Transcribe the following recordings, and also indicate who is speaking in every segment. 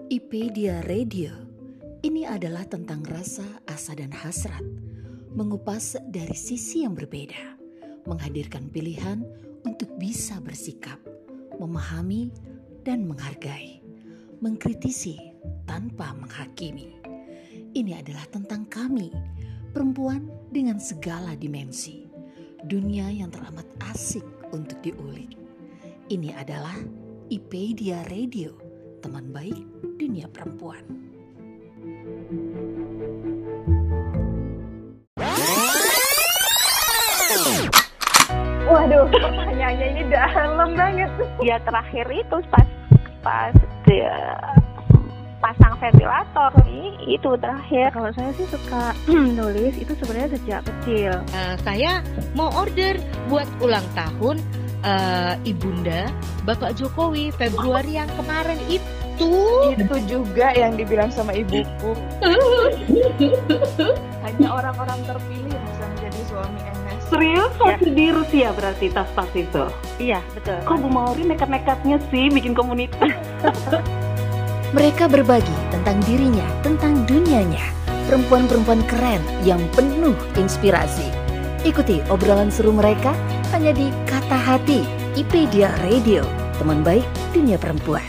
Speaker 1: IPedia Radio. Ini adalah tentang rasa, asa dan hasrat. Mengupas dari sisi yang berbeda. Menghadirkan pilihan untuk bisa bersikap, memahami dan menghargai. Mengkritisi tanpa menghakimi. Ini adalah tentang kami, perempuan dengan segala dimensi. Dunia yang teramat asik untuk diulik. Ini adalah IPedia Radio, teman baik dunia perempuan.
Speaker 2: Waduh, pertanyaannya ini dalam banget. Ya terakhir itu pas pasang ventilator itu terakhir. Kalau saya sih suka nulis itu sebenarnya sejak kecil.
Speaker 3: Saya mau order buat ulang tahun Ibunda Bapak Jokowi Februari yang kemarin itu
Speaker 2: juga yang dibilang sama ibuku. Hanya orang-orang terpilih yang bisa menjadi suami MS.
Speaker 4: Serius? Waktu di Rusia berarti tas itu?
Speaker 2: Iya, betul.
Speaker 4: Kok Bu Mauri nekat-nekatnya sih bikin komunitas?
Speaker 1: Mereka berbagi tentang dirinya, tentang dunianya. Perempuan-perempuan keren yang penuh inspirasi. Ikuti obrolan seru mereka hanya di Kata Hati, IPedia Radio, teman baik dunia perempuan.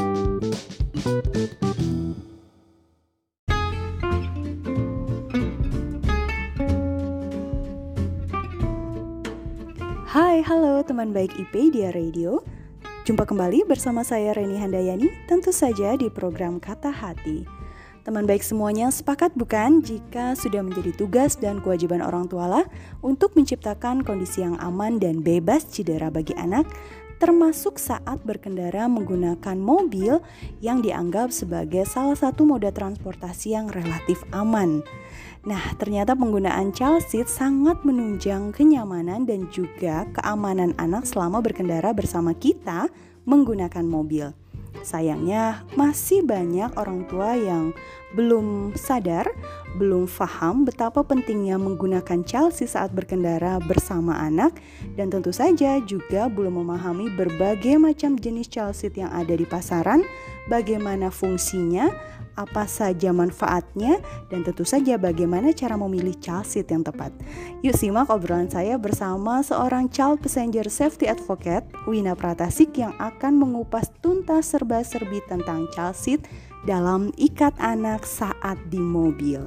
Speaker 5: Hai, halo teman baik IPedia Radio. Jumpa kembali bersama saya Reni Handayani, tentu saja di program Kata Hati. Teman baik semuanya, sepakat bukan jika sudah menjadi tugas dan kewajiban orang tua lah untuk menciptakan kondisi yang aman dan bebas cedera bagi anak, termasuk saat berkendara menggunakan mobil yang dianggap sebagai salah satu moda transportasi yang relatif aman. Nah, ternyata penggunaan child seat sangat menunjang kenyamanan dan juga keamanan anak selama berkendara bersama kita menggunakan mobil. Sayangnya, masih banyak orang tua yang belum sadar, belum paham betapa pentingnya menggunakan child seat saat berkendara bersama anak, dan tentu saja juga belum memahami berbagai macam jenis child seat yang ada di pasaran, bagaimana fungsinya, apa saja manfaatnya, dan tentu saja bagaimana cara memilih child seat yang tepat. Yuk simak obrolan saya bersama seorang child passenger safety advocate, Wina Pratasik, yang akan mengupas tuntas serba-serbi tentang child seat dalam ikat anak saat di mobil.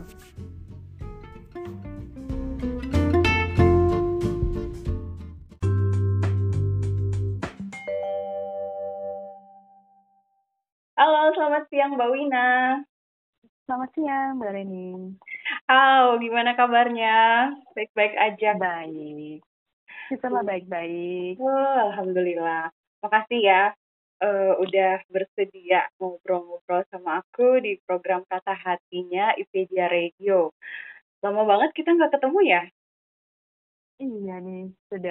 Speaker 2: Halo, selamat siang Mbak Wina. Selamat siang Mbak Reni. Gimana kabarnya? Baik-baik aja?
Speaker 4: Baik. Syukurlah baik-baik.
Speaker 2: Alhamdulillah. Makasih ya udah bersedia ngobrol-ngobrol sama aku di program Kata Hatinya IPedia Radio. Lama banget kita nggak ketemu ya?
Speaker 4: Iya nih,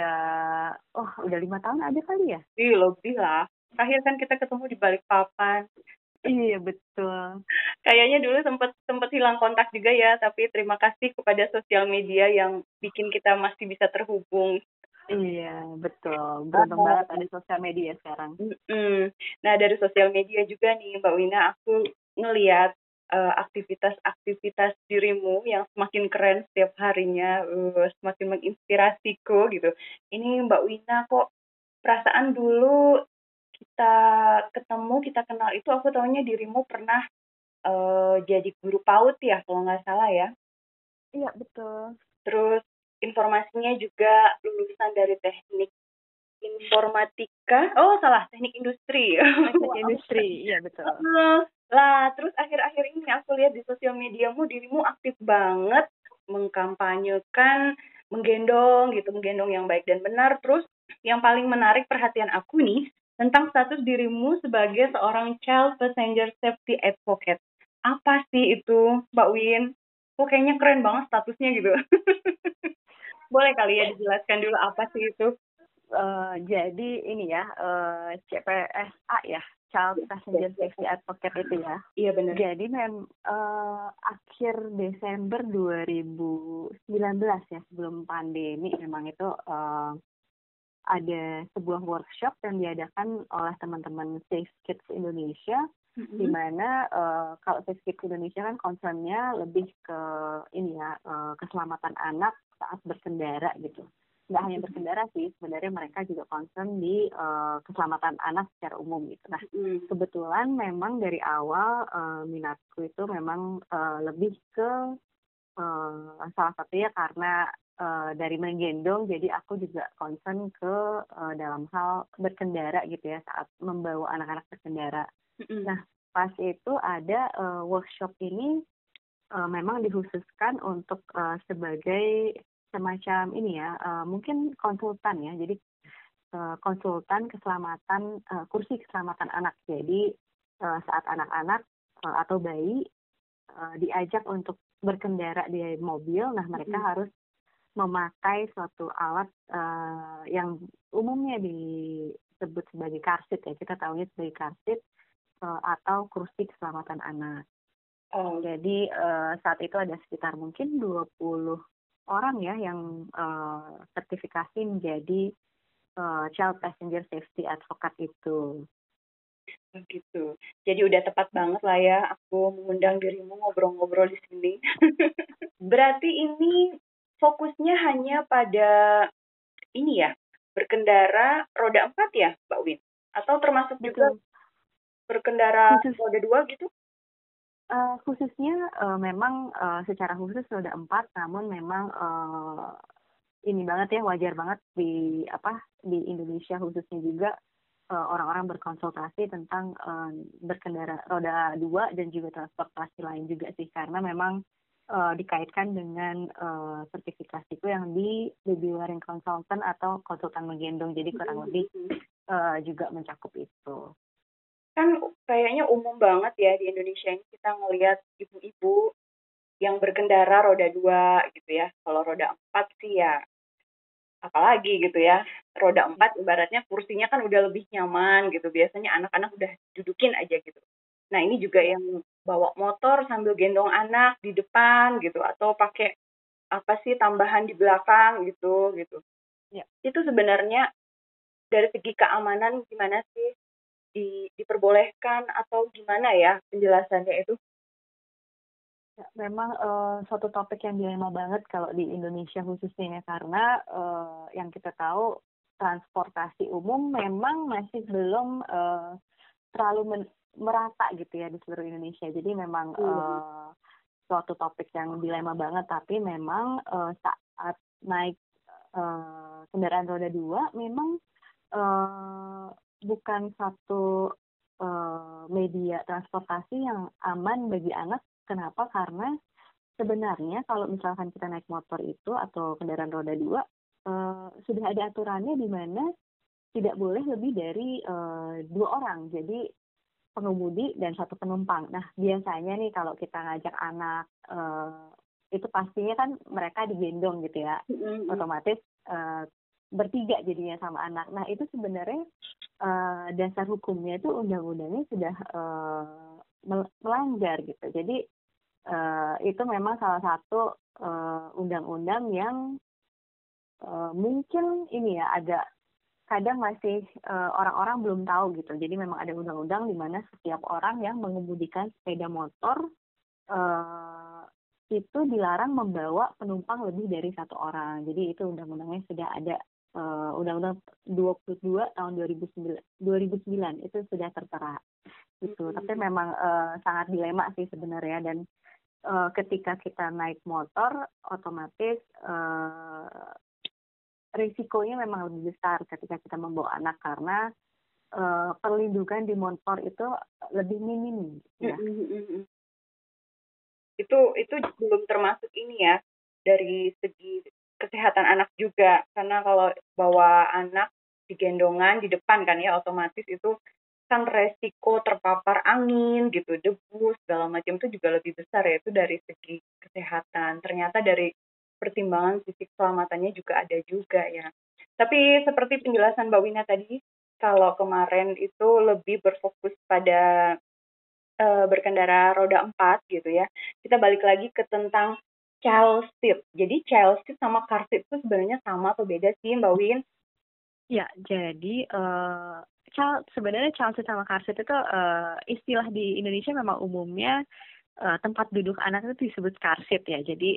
Speaker 4: udah 5 tahun aja kali ya?
Speaker 2: Lebih lah. Terakhir kan kita ketemu di Balikpapan.
Speaker 4: Iya, betul.
Speaker 2: Kayaknya dulu sempat hilang kontak juga ya, tapi terima kasih kepada sosial media yang bikin kita masih bisa terhubung.
Speaker 4: Iya, betul. Beruntung banget ada sosial media sekarang.
Speaker 2: Nah, dari sosial media juga nih Mbak Wina, aku ngeliat aktivitas-aktivitas dirimu yang semakin keren setiap harinya, semakin menginspirasiku gitu. Ini Mbak Wina, kok perasaan dulu kita ketemu, kita kenal itu aku taunya dirimu pernah jadi guru PAUD ya, kalau nggak salah ya.
Speaker 4: Iya, betul.
Speaker 2: Terus informasinya juga lulusan dari teknik informatika. Teknik industri.
Speaker 4: Teknik industri, iya betul.
Speaker 2: Lah, terus akhir-akhir ini aku lihat di sosial mediamu dirimu aktif banget mengkampanyekan, menggendong yang baik dan benar. Terus yang paling menarik perhatian aku nih tentang status dirimu sebagai seorang child passenger safety advocate. Apa sih itu, Mbak Win? Kok kayaknya keren banget statusnya gitu. Boleh kali ya dijelaskan dulu apa sih itu?
Speaker 4: Jadi ini ya, CPSA ya, Child Passenger Safety Advocate itu ya.
Speaker 2: Iya benar.
Speaker 4: Jadi akhir Desember 2019 ya, sebelum pandemi memang itu ada sebuah workshop yang diadakan oleh teman-teman Safe Kids Indonesia di mana kalau spesifik di Indonesia kan concernnya lebih ke ini ya, keselamatan anak saat berkendara gitu. Nggak hanya berkendara sih, sebenarnya mereka juga concern di keselamatan anak secara umum gitu. Nah, kebetulan memang dari awal minatku itu memang lebih ke salah satunya karena dari menggendong, jadi aku juga concern ke dalam hal berkendara gitu ya, saat membawa anak-anak berkendara. Nah, pas itu ada workshop ini memang dikhususkan untuk sebagai semacam ini ya, mungkin konsultan ya. Jadi konsultan keselamatan, kursi keselamatan anak. Jadi saat anak-anak atau bayi diajak untuk berkendara di mobil, nah mereka harus memakai suatu alat yang umumnya disebut sebagai car seat ya. Kita tahunya sebagai car seat atau kursi keselamatan anak. Jadi saat itu ada sekitar mungkin 20 orang ya yang sertifikasi menjadi Child Passenger Safety Advocate itu.
Speaker 2: Begitu. Jadi udah tepat banget lah ya aku mengundang dirimu ngobrol-ngobrol di sini. Berarti ini fokusnya hanya pada ini ya, berkendara roda 4 ya, Mbak Win? Atau termasuk juga berkendara roda 2 gitu?
Speaker 4: Khususnya memang secara khusus roda 4, namun memang ini banget ya, wajar banget di Indonesia khususnya juga orang-orang berkonsultasi tentang berkendara roda 2 dan juga transportasi lain juga sih, karena memang dikaitkan dengan sertifikasiku yang di baby wearing consultant atau konsultan menggendong, jadi kurang lebih juga mencakup itu.
Speaker 2: Kan kayaknya umum banget ya di Indonesia ini kita ngelihat ibu-ibu yang berkendara roda 2 gitu ya. Kalau roda 4 sih ya apalagi gitu ya. Roda 4 ibaratnya kursinya kan udah lebih nyaman gitu. Biasanya anak-anak udah dudukin aja gitu. Nah, ini juga yang bawa motor sambil gendong anak di depan gitu, atau pakai apa sih tambahan di belakang gitu.
Speaker 4: Ya.
Speaker 2: Itu sebenarnya dari segi keamanan gimana sih? Diperbolehkan atau gimana ya penjelasannya itu?
Speaker 4: Ya, memang suatu topik yang dilema banget kalau di Indonesia khususnya ya, karena yang kita tahu transportasi umum memang masih belum terlalu merata gitu ya di seluruh Indonesia. Jadi memang suatu topik yang dilema banget, tapi memang saat naik kendaraan roda 2 memang bukan satu media transportasi yang aman bagi anak. Kenapa? Karena sebenarnya kalau misalkan kita naik motor itu atau kendaraan roda 2, sudah ada aturannya di mana tidak boleh lebih dari 2 orang. Jadi pengemudi dan 1 penumpang. Nah, biasanya nih kalau kita ngajak anak, itu pastinya kan mereka digendong gitu ya. Otomatis bertiga jadinya sama anak. Nah, itu sebenarnya dasar hukumnya itu undang-undangnya sudah melanggar gitu. Jadi itu memang salah satu undang-undang yang mungkin ini ya agak kadang masih orang-orang belum tahu gitu. Jadi memang ada undang-undang di mana setiap orang yang mengemudikan sepeda motor itu dilarang membawa penumpang lebih dari 1 orang. Jadi itu undang-undangnya sudah ada. Undang-Undang 22 tahun 2009 itu sudah tertera gitu. Tapi memang sangat dilema sih sebenarnya, dan ketika kita naik motor otomatis risikonya memang lebih besar ketika kita membawa anak, karena perlindungan di motor itu lebih minim ya.
Speaker 2: Itu belum termasuk ini ya dari segi kesehatan anak juga, karena kalau bawa anak di gendongan di depan kan ya, otomatis itu kan resiko terpapar angin gitu, debu segala macam itu juga lebih besar ya, itu dari segi kesehatan. Ternyata dari pertimbangan sisi keselamatannya juga ada juga ya. Tapi seperti penjelasan Mbak Wina tadi, kalau kemarin itu lebih berfokus pada berkendara roda 4 gitu ya. Kita balik lagi ke tentang child seat. Jadi child seat sama car seat itu sebenarnya sama atau beda sih, Mbak Win?
Speaker 4: Ya, jadi sebenarnya child seat sama car seat itu istilah di Indonesia memang umumnya tempat duduk anak itu disebut car seat ya. Jadi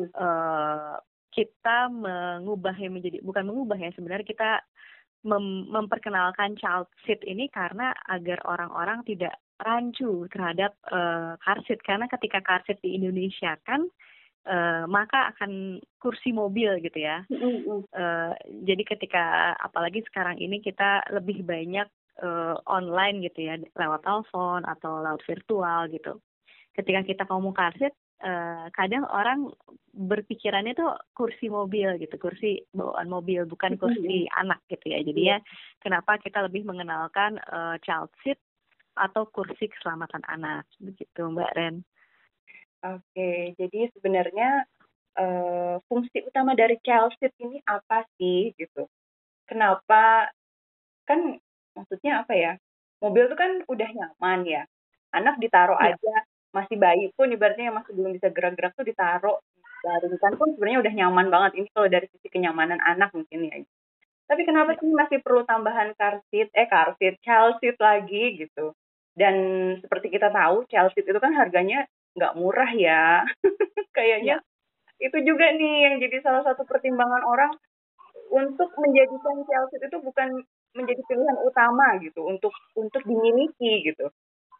Speaker 4: kita mengubahnya menjadi, bukan mengubah ya, sebenarnya kita memperkenalkan child seat ini karena agar orang-orang tidak rancu terhadap car seat. Karena ketika car seat di Indonesia kan maka akan kursi mobil gitu ya. Jadi ketika apalagi sekarang ini kita lebih banyak online gitu ya, lewat telepon atau lewat virtual gitu. Ketika kita ngomong car seat, kadang orang berpikirannya tuh kursi mobil gitu, kursi bawaan mobil, bukan kursi anak gitu ya. Jadi ya kenapa kita lebih mengenalkan child seat atau kursi keselamatan anak begitu, Mbak Ren.
Speaker 2: Oke, jadi sebenarnya fungsi utama dari child seat ini apa sih gitu? Kenapa, kan maksudnya apa ya? Mobil itu kan udah nyaman ya. Anak ditaruh aja, masih bayi pun ibaratnya yang masih belum bisa gerak-gerak tuh ditaruh, dibaringkan pun sebenarnya udah nyaman banget. Ini kalau dari sisi kenyamanan anak mungkin ya. Tapi kenapa sih masih perlu tambahan child seat lagi gitu? Dan seperti kita tahu, child seat itu kan harganya nggak murah ya. Kayaknya itu juga nih yang jadi salah satu pertimbangan orang untuk menjadikan child seat itu bukan menjadi pilihan utama gitu untuk dimiliki gitu.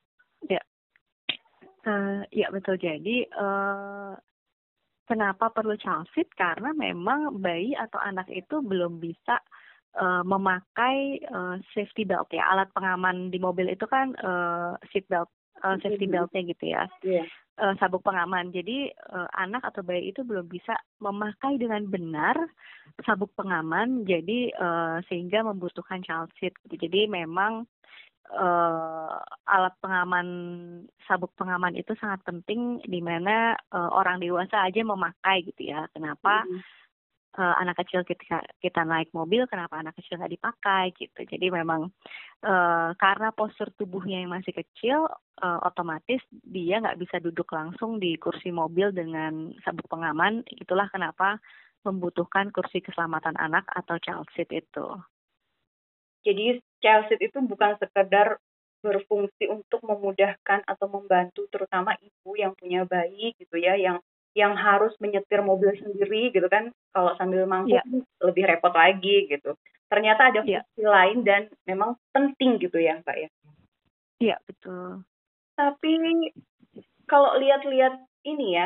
Speaker 4: Ya betul. Jadi kenapa perlu child seat? Karena memang bayi atau anak itu belum bisa memakai safety belt ya, alat pengaman di mobil itu kan seat belt, safety beltnya gitu ya. Sabuk pengaman. Jadi anak atau bayi itu belum bisa memakai dengan benar sabuk pengaman, jadi sehingga membutuhkan child seat. Jadi memang alat pengaman, sabuk pengaman itu sangat penting, di mana orang dewasa aja memakai gitu ya. Kenapa anak kecil ketika kita naik mobil, kenapa anak kecil nggak dipakai gitu. Jadi memang karena postur tubuhnya yang masih kecil, otomatis dia nggak bisa duduk langsung di kursi mobil dengan sabuk pengaman. Itulah kenapa membutuhkan kursi keselamatan anak atau child seat itu.
Speaker 2: Jadi child seat itu bukan sekedar berfungsi untuk memudahkan atau membantu terutama ibu yang punya bayi gitu ya, yang harus menyetir mobil sendiri gitu kan, kalau sambil mangkuk lebih repot lagi gitu. Ternyata ada fungsi lain dan memang penting gitu ya, Mbak ya.
Speaker 4: Iya, betul.
Speaker 2: Tapi kalau lihat-lihat ini ya,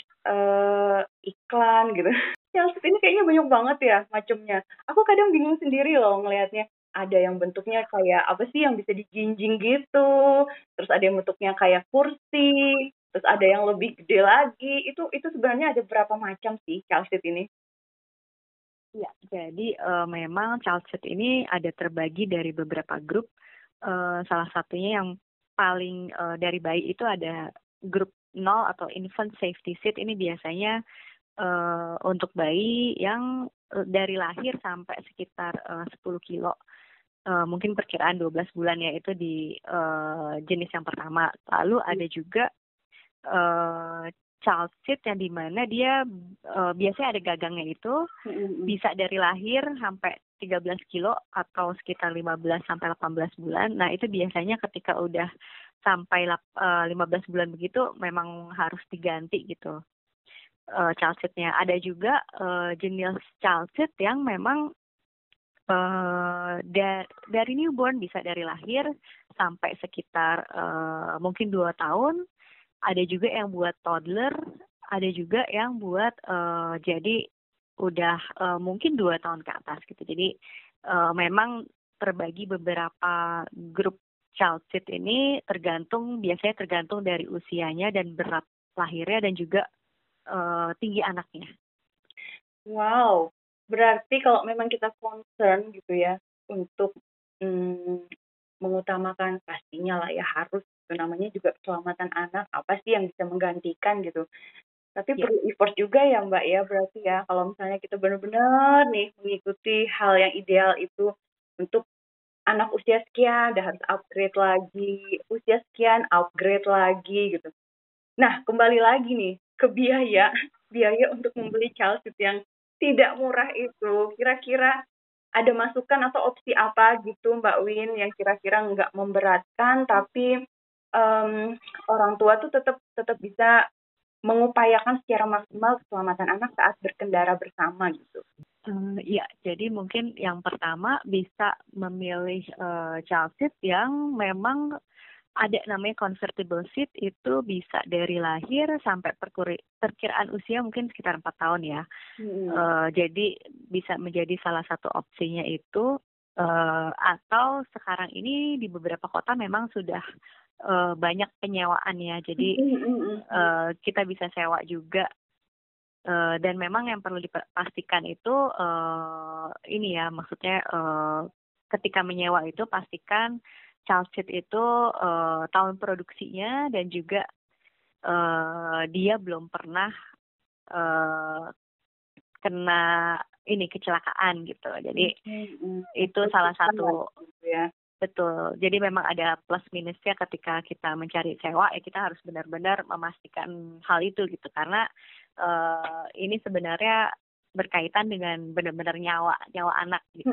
Speaker 2: iklan gitu, child seat ini kayaknya banyak banget ya macamnya. Aku kadang bingung sendiri loh ngelihatnya. Ada yang bentuknya kayak apa sih yang bisa dijinjing gitu, terus ada yang bentuknya kayak kursi, terus ada yang lebih gede lagi. Itu sebenarnya ada berapa macam sih child seat ini?
Speaker 4: Ya, jadi memang child seat ini ada terbagi dari beberapa grup. Salah satunya yang paling dari bayi itu ada grup 0 atau infant safety seat. Ini biasanya untuk bayi yang dari lahir sampai sekitar 10 kilo. Mungkin perkiraan 12 bulan ya, itu di jenis yang pertama. Lalu ada juga child seat yang dimana dia biasanya ada gagangnya itu, bisa dari lahir sampai 13 kilo atau sekitar 15 sampai 18 bulan. Nah itu biasanya ketika udah sampai 15 bulan begitu memang harus diganti gitu child seatnya. Ada juga jenis child seat yang memang dari newborn, bisa dari lahir sampai sekitar mungkin 2 tahun. Ada juga yang buat toddler, ada juga yang buat jadi udah mungkin 2 tahun ke atas gitu. Jadi memang terbagi beberapa grup child seat ini, biasanya tergantung dari usianya dan berat lahirnya dan juga tinggi anaknya.
Speaker 2: Wow, berarti kalau memang kita concern gitu ya untuk mengutamakan, pastinya lah ya harus, itu namanya juga keselamatan anak, apa sih yang bisa menggantikan gitu. Tapi perlu effort juga ya Mbak ya, berarti ya kalau misalnya kita benar-benar nih mengikuti hal yang ideal itu untuk anak usia sekian udah harus upgrade lagi, usia sekian upgrade lagi gitu. Nah, kembali lagi nih ke biaya untuk membeli child seat yang tidak murah itu. Kira-kira ada masukan atau opsi apa gitu Mbak Win yang kira-kira nggak memberatkan tapi orang tua tuh tetap bisa mengupayakan secara maksimal keselamatan anak saat berkendara bersama gitu.
Speaker 4: Ya, jadi mungkin yang pertama bisa memilih child seat yang memang ada namanya convertible seat, itu bisa dari lahir sampai perkiraan usia mungkin sekitar 4 tahun ya. Jadi bisa menjadi salah satu opsinya itu, atau sekarang ini di beberapa kota memang sudah banyak penyewaan ya. Jadi kita bisa sewa juga. Dan memang yang perlu dipastikan itu ini ya, maksudnya ketika menyewa itu pastikan child seat itu tahun produksinya dan juga dia belum pernah kena ini kecelakaan gitu. Jadi itu salah satu
Speaker 2: ya.
Speaker 4: Betul. Jadi memang ada plus minusnya ketika kita mencari sewa, ya kita harus benar-benar memastikan hal itu gitu. Karena ini sebenarnya berkaitan dengan benar-benar nyawa anak gitu.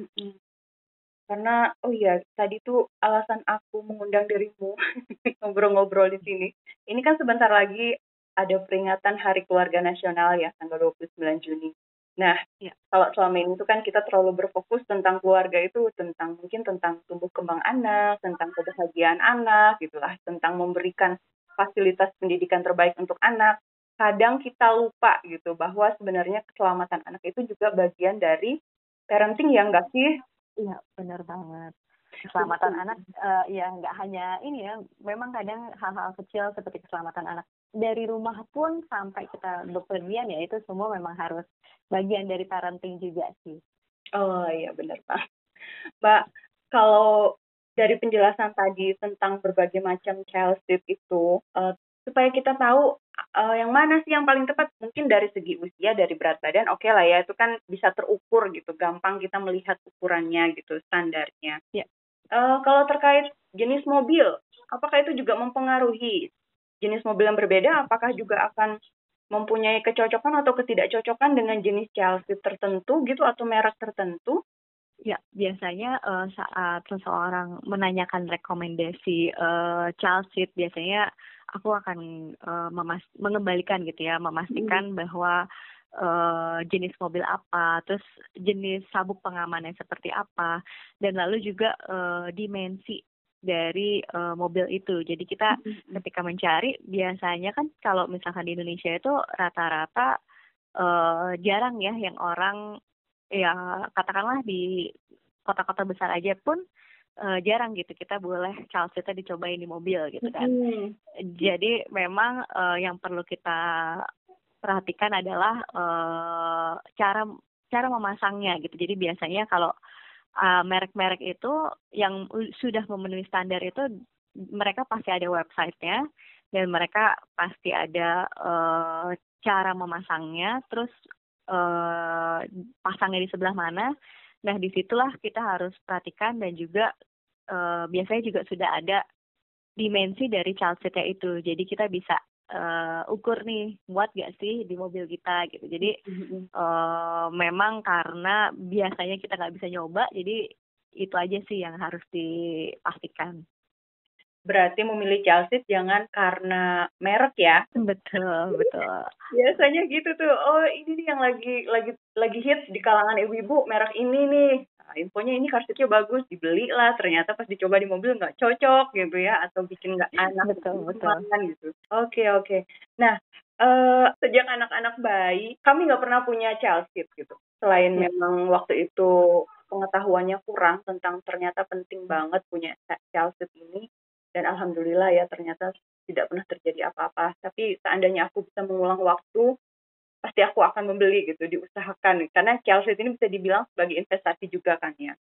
Speaker 2: Karena tadi tuh alasan aku mengundang dirimu ngobrol-ngobrol di sini. Ini kan sebentar lagi ada peringatan Hari Keluarga Nasional ya, tanggal 29 Juni. Nah, kalau selama ini itu kan kita terlalu berfokus tentang keluarga itu mungkin tentang tumbuh kembang anak, tentang kebahagiaan anak gitulah, tentang memberikan fasilitas pendidikan terbaik untuk anak. Kadang kita lupa gitu bahwa sebenarnya keselamatan anak itu juga bagian dari parenting ya nggak sih?
Speaker 4: Iya, benar banget. Keselamatan anak ya nggak hanya ini ya, memang kadang hal-hal kecil seperti keselamatan anak dari rumah pun sampai kita bepergian ya, itu semua memang harus bagian dari parenting juga sih.
Speaker 2: Oh iya, benar Pak. Mbak, kalau dari penjelasan tadi tentang berbagai macam child seat itu, supaya kita tahu yang mana sih yang paling tepat, mungkin dari segi usia, dari berat badan, oke lah ya, itu kan bisa terukur gitu, gampang kita melihat ukurannya gitu, standarnya.
Speaker 4: Ya.
Speaker 2: Kalau terkait jenis mobil, apakah itu juga mempengaruhi? Jenis mobil yang berbeda, apakah juga akan mempunyai kecocokan atau ketidakcocokan dengan jenis child seat tertentu gitu atau merek tertentu?
Speaker 4: Ya, biasanya saat seseorang menanyakan rekomendasi child seat, biasanya aku akan mengembalikan gitu ya, memastikan bahwa jenis mobil apa, terus jenis sabuk pengamannya seperti apa, dan lalu juga dimensi dari mobil itu. Jadi kita ketika mencari, biasanya kan kalau misalkan di Indonesia itu rata-rata jarang ya yang orang, ya katakanlah di kota-kota besar aja pun jarang gitu kita boleh child seat-nya dicobain di mobil gitu kan. Jadi memang yang perlu kita perhatikan adalah cara memasangnya gitu. Jadi biasanya kalau merek-merek itu yang sudah memenuhi standar itu mereka pasti ada website-nya dan mereka pasti ada cara memasangnya, terus pasangnya di sebelah mana. Nah, disitulah kita harus perhatikan, dan juga biasanya juga sudah ada dimensi dari child seat-nya itu. Jadi kita bisa ukur nih, muat gak sih di mobil kita gitu. Jadi memang karena biasanya kita nggak bisa nyoba, jadi itu aja sih yang harus dipastikan.
Speaker 2: Berarti memilih child seat jangan karena merek ya?
Speaker 4: Betul.
Speaker 2: Biasanya gitu tuh, oh ini nih yang lagi hits di kalangan ibu-ibu, merek ini nih. Nah, infonya ini car seatnya bagus, dibeli lah. Ternyata pas dicoba di mobil nggak cocok gitu ya, atau bikin nggak enak.
Speaker 4: Betul.
Speaker 2: Gitu. Oke. Nah, sejak anak-anak bayi, kami nggak pernah punya child seat gitu. Selain memang waktu itu pengetahuannya kurang tentang ternyata penting banget punya child seat ini. Dan alhamdulillah ya ternyata tidak pernah terjadi apa-apa. Tapi seandainya aku bisa mengulang waktu, pasti aku akan membeli gitu, diusahakan. Karena child seat ini bisa dibilang sebagai investasi juga kan ya.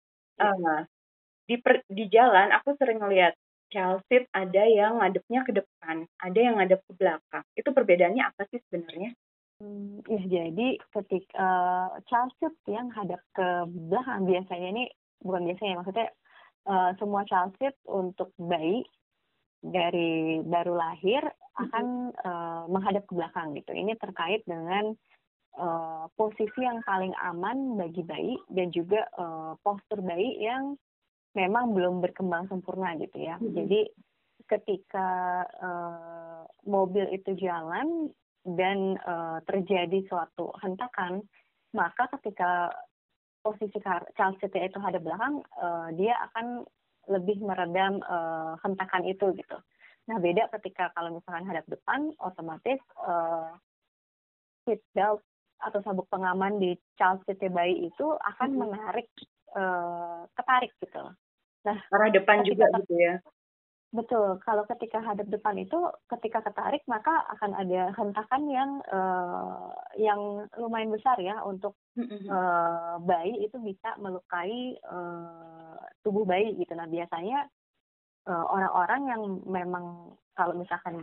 Speaker 2: Di jalan aku sering ngeliat child seat ada yang ngadepnya ke depan, ada yang ngadep ke belakang. Itu perbedaannya apa sih sebenarnya?
Speaker 4: Ya, jadi ketika child seat yang hadap ke belakang, biasanya ini bukan biasanya, maksudnya semua child seat untuk bayi dari baru lahir akan menghadap ke belakang gitu. Ini terkait dengan posisi yang paling aman bagi bayi dan juga postur bayi yang memang belum berkembang sempurna gitu ya. Jadi ketika mobil itu jalan dan terjadi suatu hentakan, maka ketika posisi child seatnya itu hadap belakang, dia akan lebih meredam hentakan itu gitu. Nah, beda ketika kalau misalkan hadap depan, otomatis seat belt atau sabuk pengaman di child seat bayi itu akan menarik, ketarik gitu. Nah,
Speaker 2: Arah depan juga gitu ya.
Speaker 4: betul, kalau ketika hadap depan itu ketika ketarik maka akan ada hentakan yang lumayan besar ya untuk bayi, itu bisa melukai tubuh bayi gitu. Nah, biasanya orang-orang yang memang kalau misalkan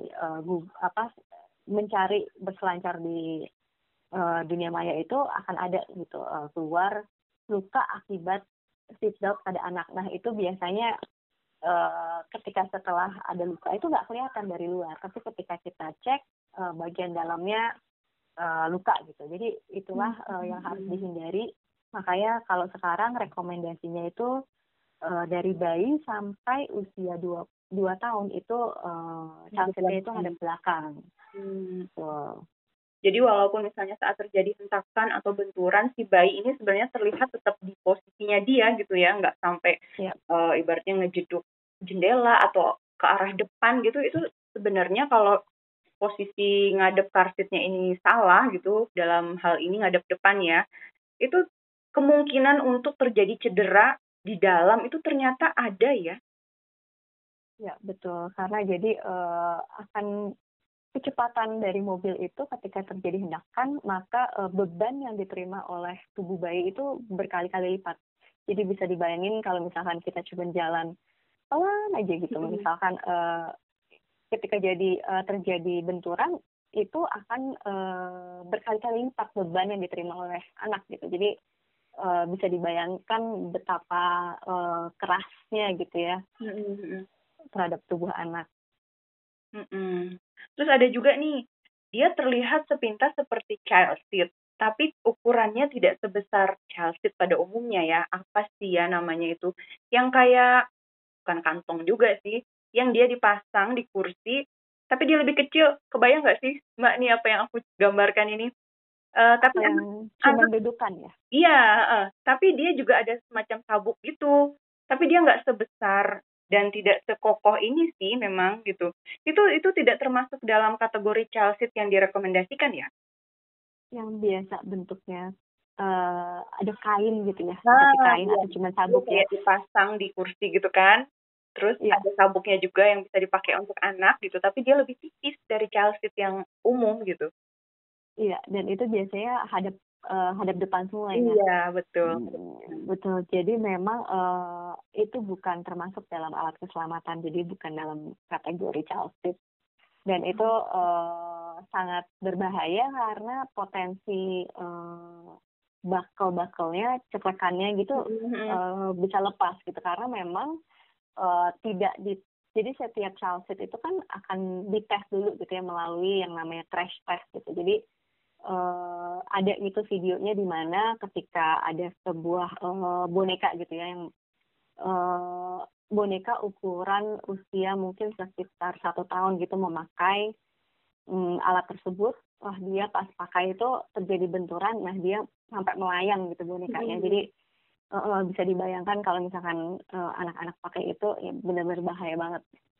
Speaker 4: mencari berselancar di dunia maya itu akan ada gitu keluar luka akibat seatbelt pada anak. Nah, itu biasanya ketika setelah ada luka itu nggak kelihatan dari luar, tapi ketika kita cek bagian dalamnya luka gitu. Jadi itulah yang harus dihindari. Makanya kalau sekarang rekomendasinya itu dari bayi sampai usia 2 tahun itu child seatnya itu hadap belakang.
Speaker 2: Jadi walaupun misalnya saat terjadi hentakan atau benturan, si bayi ini sebenarnya terlihat tetap di posisinya dia gitu ya, nggak sampai ibaratnya ngejeduk jendela atau ke arah depan gitu. Itu sebenarnya kalau posisi ngadep car seat-nya ini salah gitu, dalam hal ini ngadep depan ya, itu kemungkinan untuk terjadi cedera di dalam itu ternyata ada ya.
Speaker 4: Ya, betul. Karena jadi akan kecepatan dari mobil itu ketika terjadi hentakan, maka beban yang diterima oleh tubuh bayi itu berkali-kali lipat. Jadi bisa dibayangin kalau misalkan kita coba jalan pelan aja gitu, misalkan ketika terjadi benturan itu akan berkali-kali lipat beban yang diterima oleh anak gitu. Jadi bisa dibayangkan betapa kerasnya gitu ya terhadap tubuh anak.
Speaker 2: Terus ada juga nih, dia terlihat sepintas seperti child seat, tapi ukurannya tidak sebesar child seat pada umumnya ya. Apa sih ya namanya itu? Yang kayak, bukan kantong juga sih, yang dia dipasang di kursi, tapi dia lebih kecil. Kebayang nggak sih, Mbak, nih apa yang aku gambarkan ini? Tapi
Speaker 4: yang cuma dudukan ya?
Speaker 2: Iya, tapi dia juga ada semacam sabuk gitu. Tapi dia nggak sebesar dan tidak sekokoh ini sih memang gitu. Itu tidak termasuk dalam kategori child seat yang direkomendasikan ya?
Speaker 4: Yang biasa bentuknya ada kain gitu ya, seperti kain atau cuma sabuk ya.
Speaker 2: Dipasang di kursi gitu kan. Terus ada sabuknya juga yang bisa dipakai untuk anak gitu, tapi dia lebih tipis dari child seat yang umum gitu.
Speaker 4: Iya, dan itu biasanya hadap depan semua ya.
Speaker 2: Iya, betul.
Speaker 4: Betul. Jadi memang itu bukan termasuk dalam alat keselamatan, jadi bukan dalam kategori child seat. Dan itu sangat berbahaya karena potensi bakel-bakelnya, ceklekannya gitu bisa lepas gitu, karena memang jadi setiap child seat itu kan akan dites dulu gitu ya melalui yang namanya crash test gitu. Jadi ada gitu videonya di mana ketika ada sebuah boneka gitu ya, yang boneka ukuran usia mungkin sekitar 1 tahun gitu memakai alat tersebut, dia pas pakai itu terjadi benturan, nah dia sampai melayang gitu bonekanya. Jadi bisa dibayangkan kalau misalkan anak-anak pakai itu ya benar-benar bahaya banget.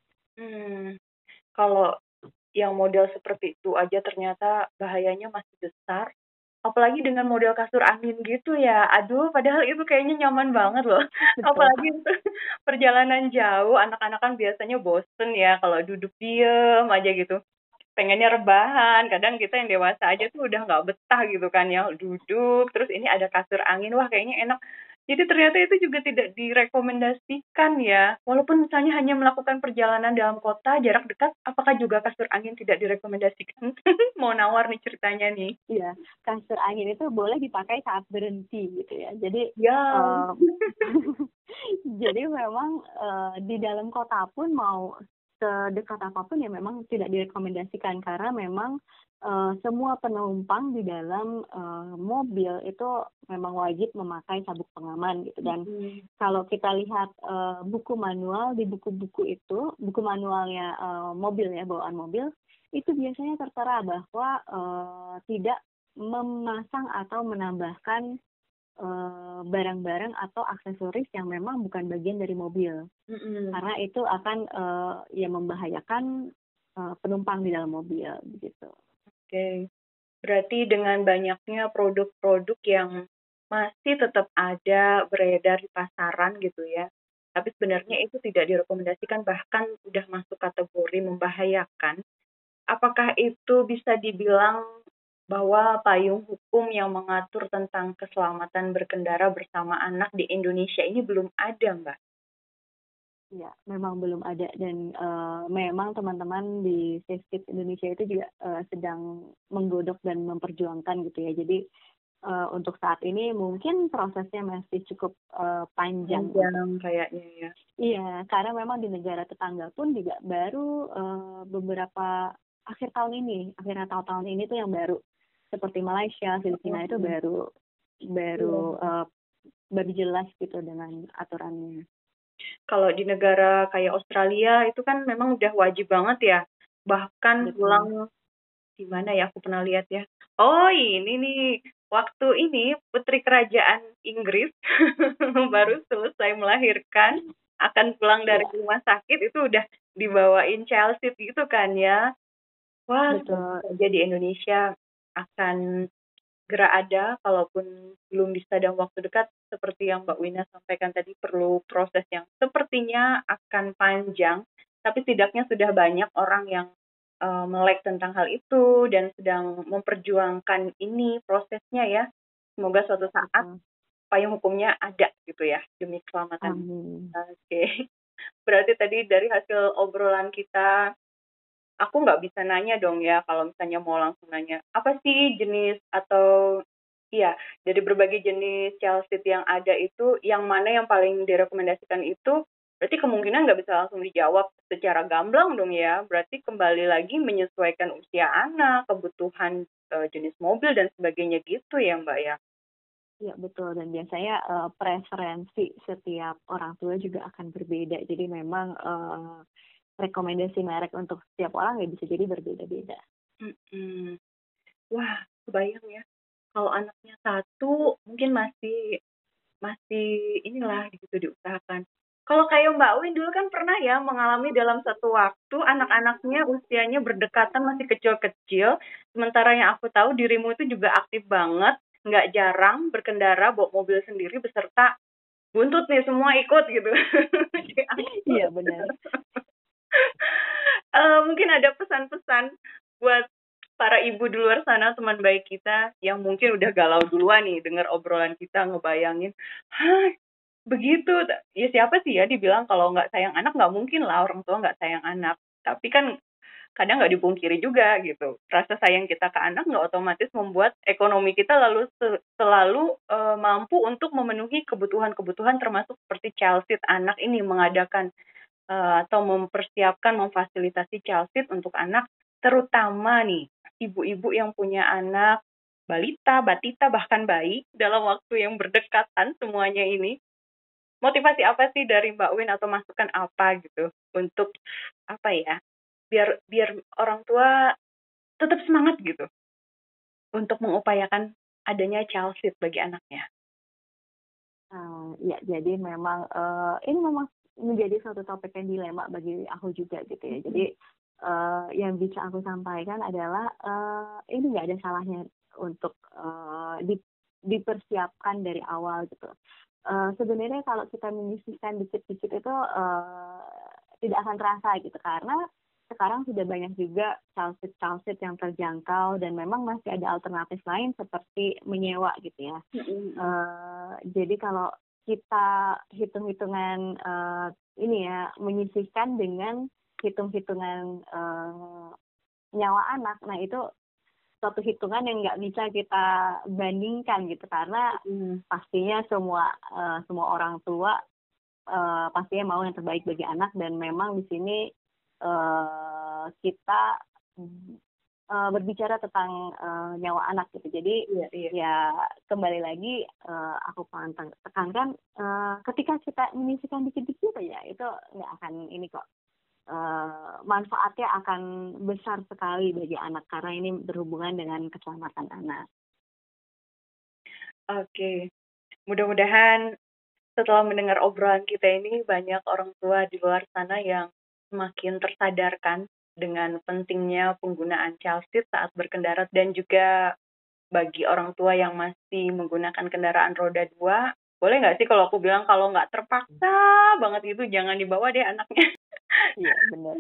Speaker 2: Kalau yang model seperti itu aja ternyata bahayanya masih besar, apalagi dengan model kasur angin gitu ya. Aduh, padahal itu kayaknya nyaman banget loh. Apalagi untuk perjalanan jauh, anak-anak kan biasanya bosen ya kalau duduk diem aja gitu. Pengennya rebahan, kadang kita yang dewasa aja tuh udah nggak betah gitu kan ya, duduk, terus ini ada kasur angin, wah kayaknya enak. Jadi ternyata itu juga tidak direkomendasikan ya. Walaupun misalnya hanya melakukan perjalanan dalam kota, jarak dekat, apakah juga kasur angin tidak direkomendasikan? Mau nawar nih ceritanya nih.
Speaker 4: Iya, kasur angin itu boleh dipakai saat berhenti gitu ya. Jadi jadi memang di dalam kota pun mau sedekat apapun ya memang tidak direkomendasikan karena memang semua penumpang di dalam mobil itu memang wajib memakai sabuk pengaman gitu. Dan kalau kita lihat buku manual di buku-buku itu, buku manualnya mobil ya, bawaan mobil, itu biasanya tertera bahwa tidak memasang atau menambahkan barang-barang atau aksesoris yang memang bukan bagian dari mobil, karena itu akan ya membahayakan penumpang di dalam mobil begitu.
Speaker 2: Oke, berarti dengan banyaknya produk-produk yang masih tetap ada beredar di pasaran gitu ya, tapi sebenarnya itu tidak direkomendasikan, bahkan udah masuk kategori membahayakan. Apakah itu bisa dibilang bahwa payung hukum yang mengatur tentang keselamatan berkendara bersama anak di Indonesia ini belum ada, Mbak?
Speaker 4: Ya, memang belum ada dan memang teman-teman di Safe Kids Indonesia itu juga sedang menggodok dan memperjuangkan gitu ya. Jadi untuk saat ini mungkin prosesnya masih cukup panjang
Speaker 2: kayaknya ya.
Speaker 4: Iya, karena memang di negara tetangga pun juga baru beberapa akhir tahun ini tuh yang baru, seperti Malaysia, Filipina itu baru jelas gitu dengan aturannya.
Speaker 2: Kalau di negara kayak Australia itu kan memang udah wajib banget ya. Bahkan pulang di mana ya, aku pernah lihat ya. Oh, ini nih waktu ini Putri Kerajaan Inggris baru selesai melahirkan, akan pulang dari rumah sakit itu udah dibawain child seat gitu kan ya. Wah, saja di Indonesia akan segera ada, kalaupun belum bisa dalam waktu dekat, seperti yang Mbak Wina sampaikan tadi, perlu proses yang sepertinya akan panjang, tapi setidaknya sudah banyak orang yang melek tentang hal itu dan sedang memperjuangkan ini prosesnya ya. Semoga suatu saat payung hukumnya ada gitu ya, demi keselamatan. Oke. Berarti tadi dari hasil obrolan kita, aku nggak bisa nanya dong ya, kalau misalnya mau langsung nanya, apa sih jenis atau dari berbagai jenis child seat yang ada itu, yang mana yang paling direkomendasikan itu, berarti kemungkinan nggak bisa langsung dijawab secara gamblang dong ya, berarti kembali lagi menyesuaikan usia anak, kebutuhan jenis mobil dan sebagainya gitu ya Mbak ya?
Speaker 4: Iya betul, dan biasanya preferensi setiap orang tua juga akan berbeda, jadi memang rekomendasi merek untuk setiap orang ya bisa jadi berbeda-beda.
Speaker 2: Wah, kebayang ya. Kalau anaknya satu mungkin masih inilah gitu diusahakan. Kalau kayak Mbak Win dulu kan pernah ya mengalami dalam satu waktu anak-anaknya usianya berdekatan, masih kecil-kecil. Sementara yang aku tahu dirimu itu juga aktif banget, nggak jarang berkendara bawa mobil sendiri beserta buntut nih, semua ikut gitu.
Speaker 4: Iya benar.
Speaker 2: Mungkin ada pesan-pesan buat para ibu di luar sana, teman baik kita yang mungkin udah galau duluan nih dengar obrolan kita, ngebayangin, begitu. Ya siapa sih ya dibilang kalau nggak sayang anak, nggak mungkin lah orang tua nggak sayang anak. Tapi kan kadang nggak dipungkiri juga gitu. Rasa sayang kita ke anak nggak otomatis membuat ekonomi kita selalu mampu untuk memenuhi kebutuhan-kebutuhan termasuk seperti child seat anak ini, mengadakan atau mempersiapkan, memfasilitasi child seat untuk anak, terutama nih ibu-ibu yang punya anak balita, batita, bahkan bayi dalam waktu yang berdekatan semuanya ini. Motivasi apa sih dari Mbak Win atau masukan apa gitu untuk apa ya, biar orang tua tetap semangat gitu untuk mengupayakan adanya child seat bagi anaknya?
Speaker 4: Ya, jadi memang ini memang menjadi suatu topik yang dilema bagi aku juga gitu ya. Jadi yang bisa aku sampaikan adalah ini nggak ada salahnya untuk dipersiapkan dari awal gitu. Sebenarnya kalau kita menyisihkan dikit-dikit itu tidak akan terasa gitu, karena sekarang sudah banyak juga child seat yang terjangkau dan memang masih ada alternatif lain seperti menyewa gitu ya. Jadi kalau kita hitung-hitungan ini ya, menyisihkan dengan hitung-hitungan nyawa anak, nah itu suatu hitungan yang nggak bisa kita bandingkan gitu, karena pastinya semua orang tua pastinya mau yang terbaik bagi anak, dan memang di sini kita berbicara tentang nyawa anak gitu. Jadi ya kembali lagi aku tekankan ketika kita menyisihkan dikit-dikit aja itu nggak akan ini kok. Manfaatnya akan besar sekali bagi anak karena ini berhubungan dengan keselamatan anak.
Speaker 2: Oke, mudah-mudahan setelah mendengar obrolan kita ini banyak orang tua di luar sana yang semakin tersadarkan dengan pentingnya penggunaan child seat saat berkendara, dan juga bagi orang tua yang masih menggunakan kendaraan roda 2, boleh nggak sih kalau aku bilang kalau nggak terpaksa banget itu jangan dibawa deh anaknya.
Speaker 4: Iya benar.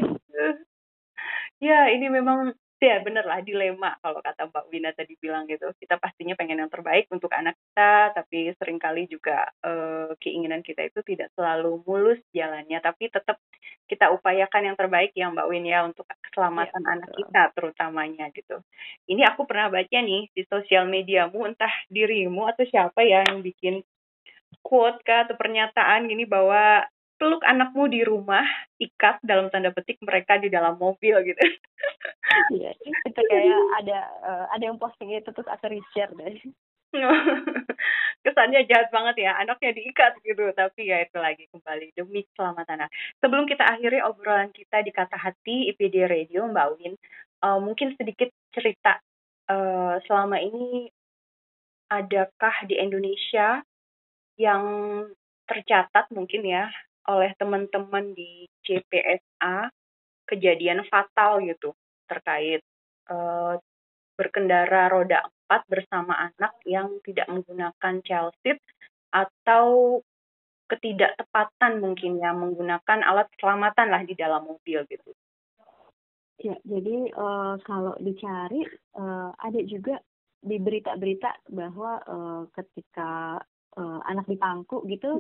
Speaker 2: Ya ini memang ya bener lah dilema kalau kata Mbak Wina tadi bilang gitu. Kita pastinya pengen yang terbaik untuk anak kita, tapi seringkali juga keinginan kita itu tidak selalu mulus jalannya, tapi tetap kita upayakan yang terbaik ya Mbak Win ya untuk keselamatan anak kita terutamanya gitu. Ini aku pernah baca nih di sosial mediamu, entah dirimu atau siapa ya yang bikin quote kah atau pernyataan gini bahwa peluk anakmu di rumah, ikat dalam tanda petik mereka di dalam mobil gitu.
Speaker 4: Iya, itu kayak ada yang posting itu terus aku share deh.
Speaker 2: Kesannya jahat banget ya, anaknya diikat gitu, tapi ya itu lagi kembali demi keselamatan anak. Sebelum kita akhiri obrolan kita di Kata Hati IPD Radio, Mbak Win, mungkin sedikit cerita selama ini adakah di Indonesia yang tercatat mungkin ya oleh teman-teman di CPSA kejadian fatal gitu terkait berkendara roda 4 bersama anak yang tidak menggunakan child seat atau ketidaktepatan mungkin ya menggunakan alat keselamatan lah di dalam mobil gitu.
Speaker 4: Ya, jadi kalau dicari ada juga di berita-berita bahwa ketika anak dipangku gitu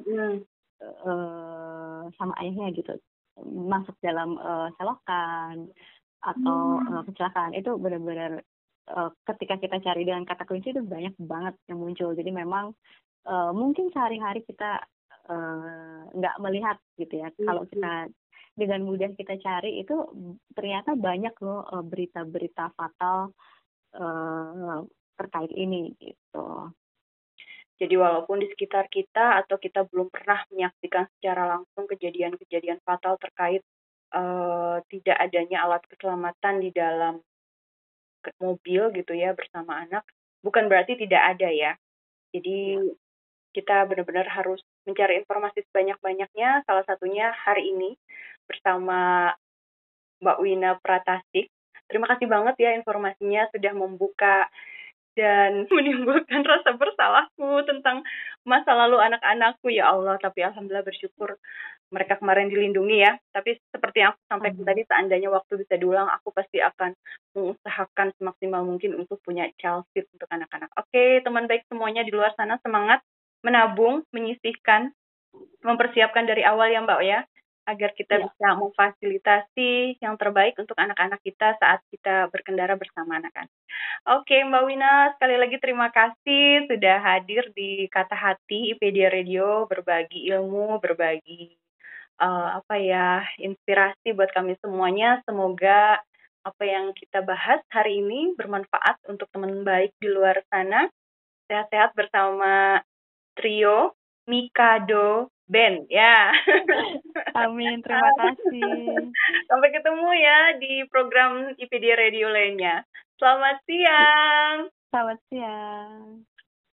Speaker 4: sama ayahnya gitu masuk dalam selokan atau kecelakaan, itu benar-benar ketika kita cari dengan kata kunci itu banyak banget yang muncul. Jadi memang mungkin sehari-hari kita nggak melihat gitu ya. Kalau kita dengan mudah kita cari itu ternyata banyak loh berita-berita fatal terkait ini gitu.
Speaker 2: Jadi walaupun di sekitar kita atau kita belum pernah menyaksikan secara langsung kejadian-kejadian fatal terkait tidak adanya alat keselamatan di dalam mobil gitu ya bersama anak, bukan berarti tidak ada ya. Jadi kita benar-benar harus mencari informasi sebanyak-banyaknya, salah satunya hari ini bersama Mbak Wina Pratasik. Terima kasih banget ya informasinya sudah membuka dan menimbulkan rasa bersalahku tentang masa lalu anak-anakku, ya Allah. Tapi alhamdulillah bersyukur mereka kemarin dilindungi ya. Tapi seperti yang aku sampaikan tadi, seandainya waktu bisa diulang, aku pasti akan mengusahakan semaksimal mungkin untuk punya child seat untuk anak-anak. Oke, teman baik semuanya di luar sana, semangat menabung, menyisihkan, mempersiapkan dari awal ya Mbak ya, agar kita bisa memfasilitasi yang terbaik untuk anak-anak kita saat kita berkendara bersama anak-anak. Oke, Mbak Wina, sekali lagi terima kasih sudah hadir di Kata Hati IPD Radio, berbagi ilmu, berbagi inspirasi buat kami semuanya. Semoga apa yang kita bahas hari ini bermanfaat untuk teman baik di luar sana. Sehat-sehat bersama trio Mikado Band ya.
Speaker 4: Amin, terima kasih.
Speaker 2: Sampai ketemu ya di program IPD Radio lainnya. Selamat siang.
Speaker 4: Selamat siang.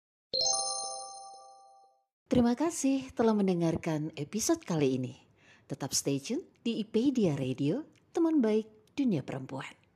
Speaker 1: Terima kasih telah mendengarkan episode kali ini. Tetap stay tune di IPedia Radio, teman baik dunia perempuan.